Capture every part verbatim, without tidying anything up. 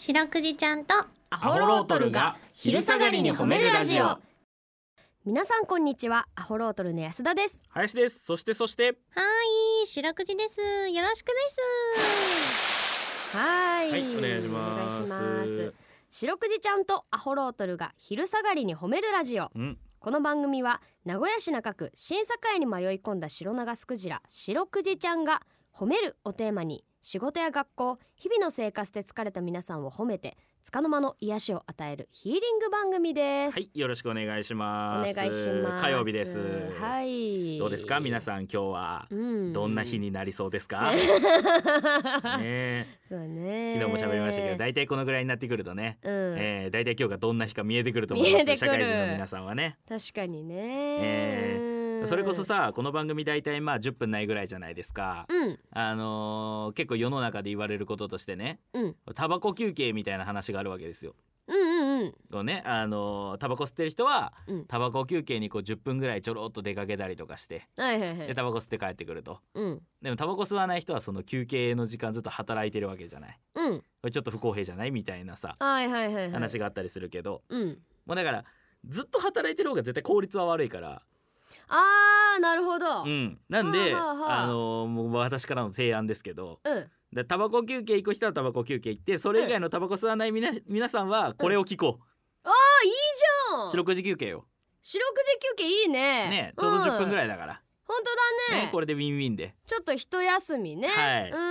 白くじちゃんとアホロートルが昼下がりに褒めるラジオ。 皆さんこんにちは。アホロートルの安田です。 林です。そしてそしてはい白くじです。よろしくです。 はい、 はい、お願いします。 お願いします。白くじちゃんとアホロートルが昼下がりに褒めるラジオ。 うんこの番組は名古屋市中区審査会に迷い込んだ白長スクジラ白くじちゃんが褒めるをテーマに仕事や学校日々の生活で疲れた皆さんを褒めて束の間の癒しを与えるヒーリング番組です。 はい、よろしくお願いします。 お願いします。 火曜日です。 はい、 どうですか皆さん、今日はどんな日になりそうですか？ねえそうね、 昨日も喋りましたけど、だいたいこのぐらいになってくるとね、 うんえー、だいたい今日がどんな日か見えてくると思います。社会人の皆さんはね。 確かにね、 えー、それこそさ、この番組だいたいまあじゅっぷんないぐらいじゃないですか。 うん、 あのー、結構世の中で言われることとしてね、 うん、 タバコ休憩みたいな話があるわけですよ。 うんうんうん、 こうね、あのー、タバコ吸ってる人は、 うん、 タバコ休憩にこうじゅっぷんぐらいちょろっと出かけたりとかして、 はいはいはい、 でタバコ吸って帰ってくると、 うん、 でもタバコ吸わない人はその休憩の時間ずっと働いてるわけじゃない、 うん、 これちょっと不公平じゃないみたいなさ、 はいはいはいはい、 話があったりするけど、 うん、 もうだからずっと働いてる方が絶対効率は悪いから、 あーなるほど、 うん、なんで、 はあはあはあ、 あのー、もう私からの提案ですけど、 うんでタバコ休憩行く人はタバコ休憩行って、それ以外のタバコ吸わないみな、皆さんはこれを聞こう、 あーいいじゃん。 四六時休憩よ。 四六時休憩いいね。 ね、ちょうどじゅっぷんぐい、 らいだから、 本当だね。 ね、これでウィンウィンで、 ちょっと一休みね。 はい、 うん、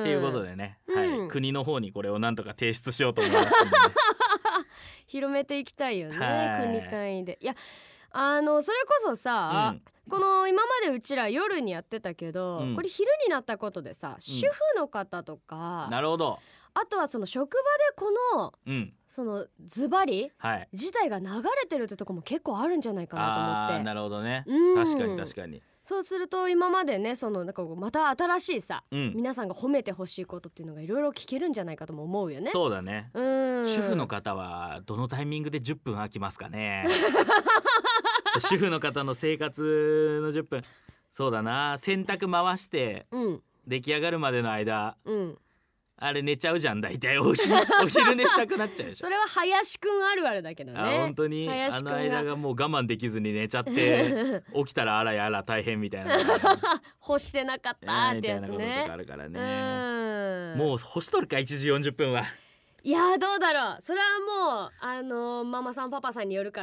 っていうことでね、 うん、 はい、国の方にこれをなんとか提出しようと思いますので、ね、 広めていきたいよね、 はい、 国単位で。いや、あのそれこそさ、うん、この今までうちら夜にやってたけど、うん、これ昼になったことでさ、主婦の方とか、 うん、なるほど、 あとはその職場でこの、うん、そのズバリ、はい、自体が流れてるってとこも結構あるんじゃないかなと思って。 あーなるほどね、 うん、 確かに確かに。 そうすると今までね、そのなんかまた新しいさ、うん、皆さんが褒めてほしいことっていうのがいろいろ聞けるんじゃないかとも思うよね。 そうだね、うん、主婦の方はどのタイミングでじゅっぷん空きますかね主婦の方の生活のじゅっぷん、そうだな、洗濯回して、うん、出来上がるまでの間、うん、あれ寝ちゃうじゃん、大体お昼お昼寝したくなっちゃうでしょ。 それは林くんあるあるだけどね。 あ、本当にあの間がもう我慢できずに寝ちゃって起きたらあらやら大変みたいな干してなかったってやつね、みたいなこととかあるからね。もう干しとるかいちじよんじゅっぷんは。 いやどうだろう、それはもうあのー、ママさんパパさんによるから、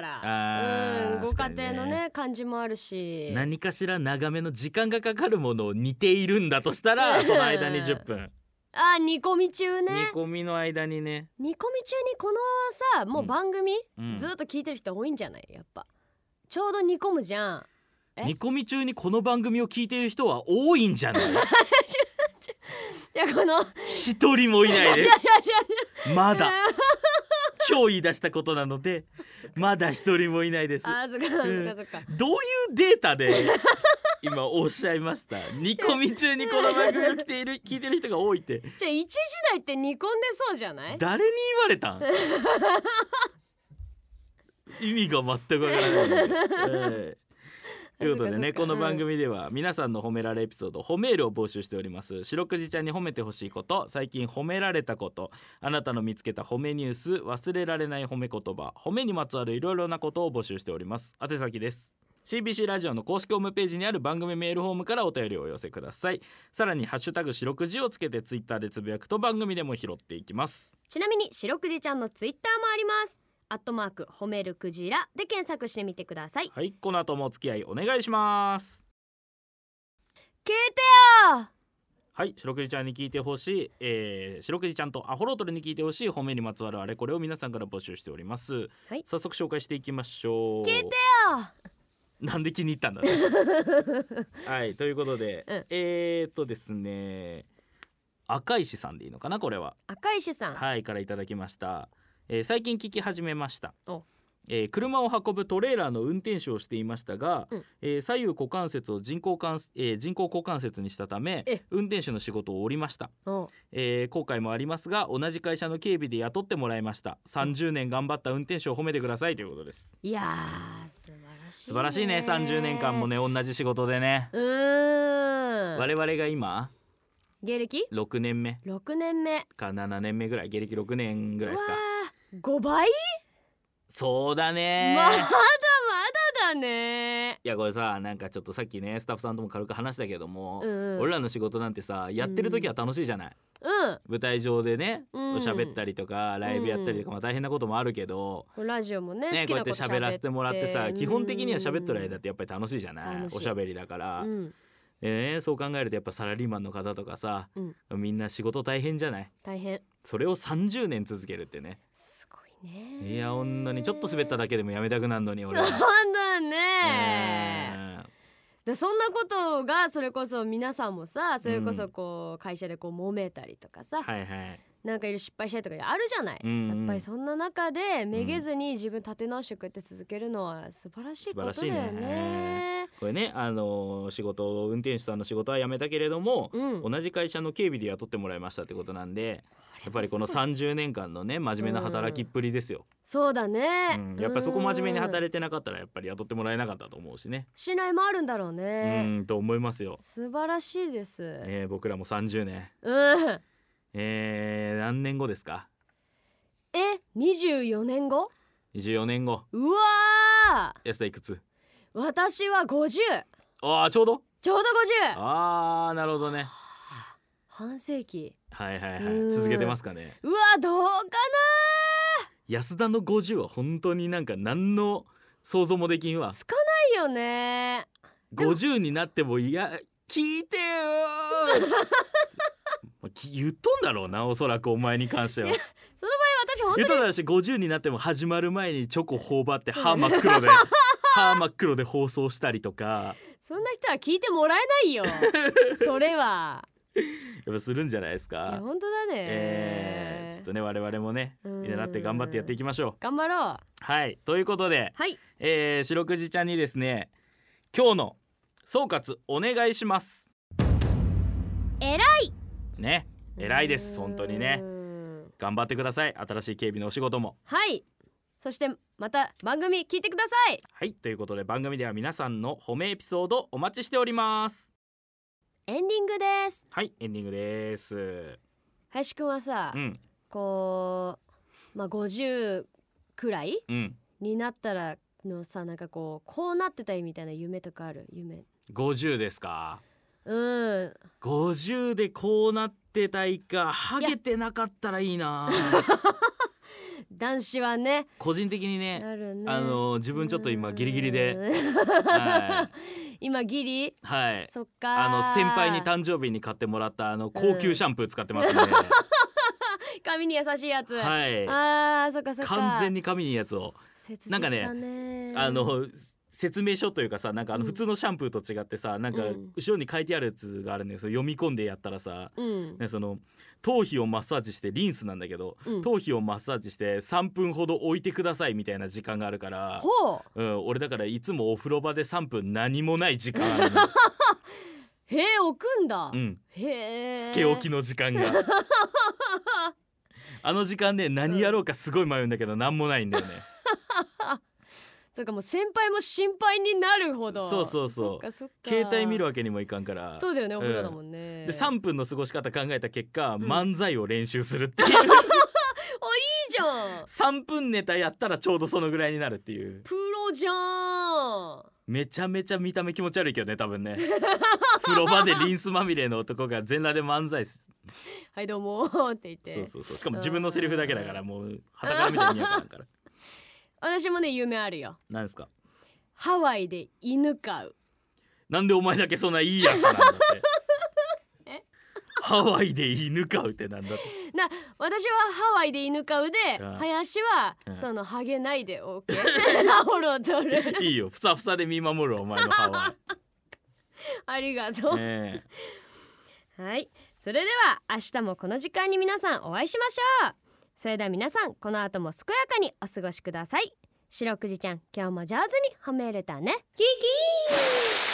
うん、ご家庭のね感じもあるし、 何かしら長めの時間がかかるものを煮ているんだとしたらその間にじゅっぷんあ、煮込み中ね。 煮込みの間にね、 煮込み中にこのさ、もう番組、うん、ずっと聞いてる人多いんじゃない？やっぱちょうど煮込むじゃん。 煮込み中にこの番組を聞いている人は多いんじゃない？ いや、この一人もいないですまだ今日言い出したことなのでまだ一人もいないです。 あ、そっかそっかそっか、 うん、どういうデータで今おっしゃいました？煮込み中にこの番組を聞いている聞いてる人が多いって。 じゃあ一時代って煮込んでそうじゃない？ 誰に言われたん意味が全くわからない、えーということでね、この番組では皆さんの褒められエピソード、褒めールを募集しております。白くじちゃんに褒めてほしいこと、最近褒められたこと、あなたの見つけた褒めニュース、忘れられない褒め言葉、褒めにまつわるいろいろなことを募集しております。宛先です。 シービーシー ラジオの公式ホームページにある番組メールフォームからお便りをお寄せください。さらにハッシュタグ白くじをつけてツイッターでつぶやくと番組でも拾っていきます。 ちなみに白くじちゃんのツイッターもあります。アットマーク褒めるクジラで検索してみてください。 はい、この後もお付き合いお願いします。 聞いてよ。 はい、白くじちゃんに聞いてほしい、えー、白くじちゃんとアホロートルに聞いてほしい褒めにまつわるあれこれを皆さんから募集しております、はい、早速紹介していきましょう。 聞いてよ。 なんで気に入ったんだはい、ということで、うん、えーっとですね赤石さんでいいのかな、これは赤石さん、 はい、からいただきました。えー、最近聞き始めました。えー、車を運ぶトレーラーの運転手をしていましたが、うん、えー、左右股関節を人工関、えー、人工股関節にしたため運転手の仕事を降りました。えー、後悔もありますが同じ会社の警備で雇ってもらいました。さんじゅうねん頑張った運転手を褒めてくださいということです。 いやー素晴らしいね。 素晴らしいね。さんじゅうねんかんもね同じ仕事でね、うーん、我々が今芸歴ろくねんめろくねんめかななねんめぐらい、芸歴ろくねんぐらいですか。 うわーごばいそうだね。 まだまだだね。 いやこれさ、なんかちょっとさっきねスタッフさんとも軽く話したけども、 うんうん、 俺らの仕事なんてさ、やってる時は楽しいじゃない、 うん、 舞台上でね、 うん、 喋ったりとかライブやったりとか、まあ大変なこともあるけど、 ラジオもね、 ね好きなことこうやって喋らせてもらってさ、 うん、 基本的には喋ってる間ってやっぱり楽しいじゃない、 楽しいおしゃべりだから、 うん、 でね、そう考えるとやっぱサラリーマンの方とかさ、 うん、 みんな仕事大変じゃない。 大変。 それをさんじゅうねん続けるってね、 すごいね。 いやほんとにちょっと滑っただけでもやめたくなるのに俺はなんだね、 えーでそんなことがそれこそ皆さんもさ、それこそこう会社でこう揉めたりとかさ、 はいはいなんかいろいろ失敗したりとかあるじゃない、 うんうん、 やっぱりそんな中でめげずに自分立て直してこうやって続けるのは素晴らしいことだよ素晴らしいね。 ねこれね、あのー仕事運転手さんの仕事は辞めたけれども、 うん、 同じ会社の警備で雇ってもらいましたってことなんで、やっぱりこのさんじゅうねんかんのね真面目な働きっぷりですよ、 そうだね、 うん、やっぱりそこ真面目に働いてなかったらやっぱり雇ってもらえなかったと思うしね、 信頼もあるんだろううね。 んと思いますよ、 素晴らしいです、 えー、僕らもさんじゅうねん、 うんえー、何年後ですか。 えにじゅうよねんごにじゅうよねんご。 うわー、 安田いくつ。 私はごじゅう、 あーちょうどちょうどごじゅう。 あーなるほどね、 半世紀。 はいはいはうんい、続けてますかね。 うわどうか安田のごじゅうは本当になんか何の想像もできんわな、つかないよね。 ごじゅうになってもいや聞いてよーき言っとんだろうな、おそらくお前に関しては。 その場合私本当に言っとんだし、ごじゅうになっても始まる前にチョコ頬張って歯真っ黒で歯真っ黒で放送したりとかそんな人は聞いてもらえないよそれはやっぱするんじゃないですいやか。 本当だね、 えー、ちょっとね我々もねうん見習って頑張ってやっていきましょう。 頑張ろう。 はい、ということで、 はい、 えー、白くじちゃんにですね今日の総括お願いします。 えらいね、偉いです本当にね。 うん頑張ってください、新しい警備のお仕事も。 はい、そしてまた番組聞いてください。 はい、ということで番組では皆さんの褒めエピソードお待ちしております。 エンディングです。 はい、エンディングです。 林くんはさ、 うんこうまあごじゅうくらいうんになったらのさ、なんかこうこうなってたいみたいな夢とかある？夢。 ごじゅうですか。 うんごじゅうでこうなってたいか、ハゲてなかったらいいな男子はね個人的にね、 なるね。 あの自分ちょっと今ギリギリで、 うんは今ギリい、はい、 そっか。 あの先輩に誕生日に買ってもらったあの高級シャンプー使ってますね、 髪に優しいやつ、 はい、 あーそっかそっか。 完全に髪にいいやつを、 切なんか実だねね。 あの説明書というかさ、なんかあのうん普通のシャンプーと違ってさ、なんかうん後ろに書いてあるやつがあるんだよ。それ読み込んでやったらさ、 うんね、その頭皮をマッサージしてリンスなんだけど、 うん頭皮をマッサージしてさんぷんほど置いてくださいみたいな時間があるから、 ほう、 うん、俺だからいつもお風呂場でさんぷん何もない時間あるのへえ置くんだ、 うん、 へえつけ置きの時間があの時間ね何やろうかすごい迷うんだけど何もないんだよねそうか、もう先輩も心配になるほど。 そうそうそうそっかそっか。 携帯見るわけにもいかんから。 そうだよね、お風呂だもんね、 でさんぷんの過ごし方考えた結果、 ん漫才を練習するっていういいじゃん、 さんぷんネタやったらちょうどそのぐらいになるっていう。 プロじゃん。 めちゃめちゃ見た目気持ち悪いけどね多分ね風呂場でリンスまみれの男が全裸で漫才すはいどうもーって言って。 そうそうそう、しかも自分のセリフだけだからもう裸から見たら見やからんから私もね夢あるよ。 なんですか。 ハワイで犬飼う。 なんでお前だけそんないいやつなんだってえハワイで犬飼うってなんだって。 な、私はハワイで犬飼うで、 うん林は、 うんそのハゲないで OK ナホロ取るいいよ、ふさふさで見守るお前のハワイありがとう、 ねえはい、それでは明日もこの時間に皆さんお会いしましょう。それでは皆さんこの後も健やかにお過ごしください。白くじちゃん今日も上手に褒めれたね。キキー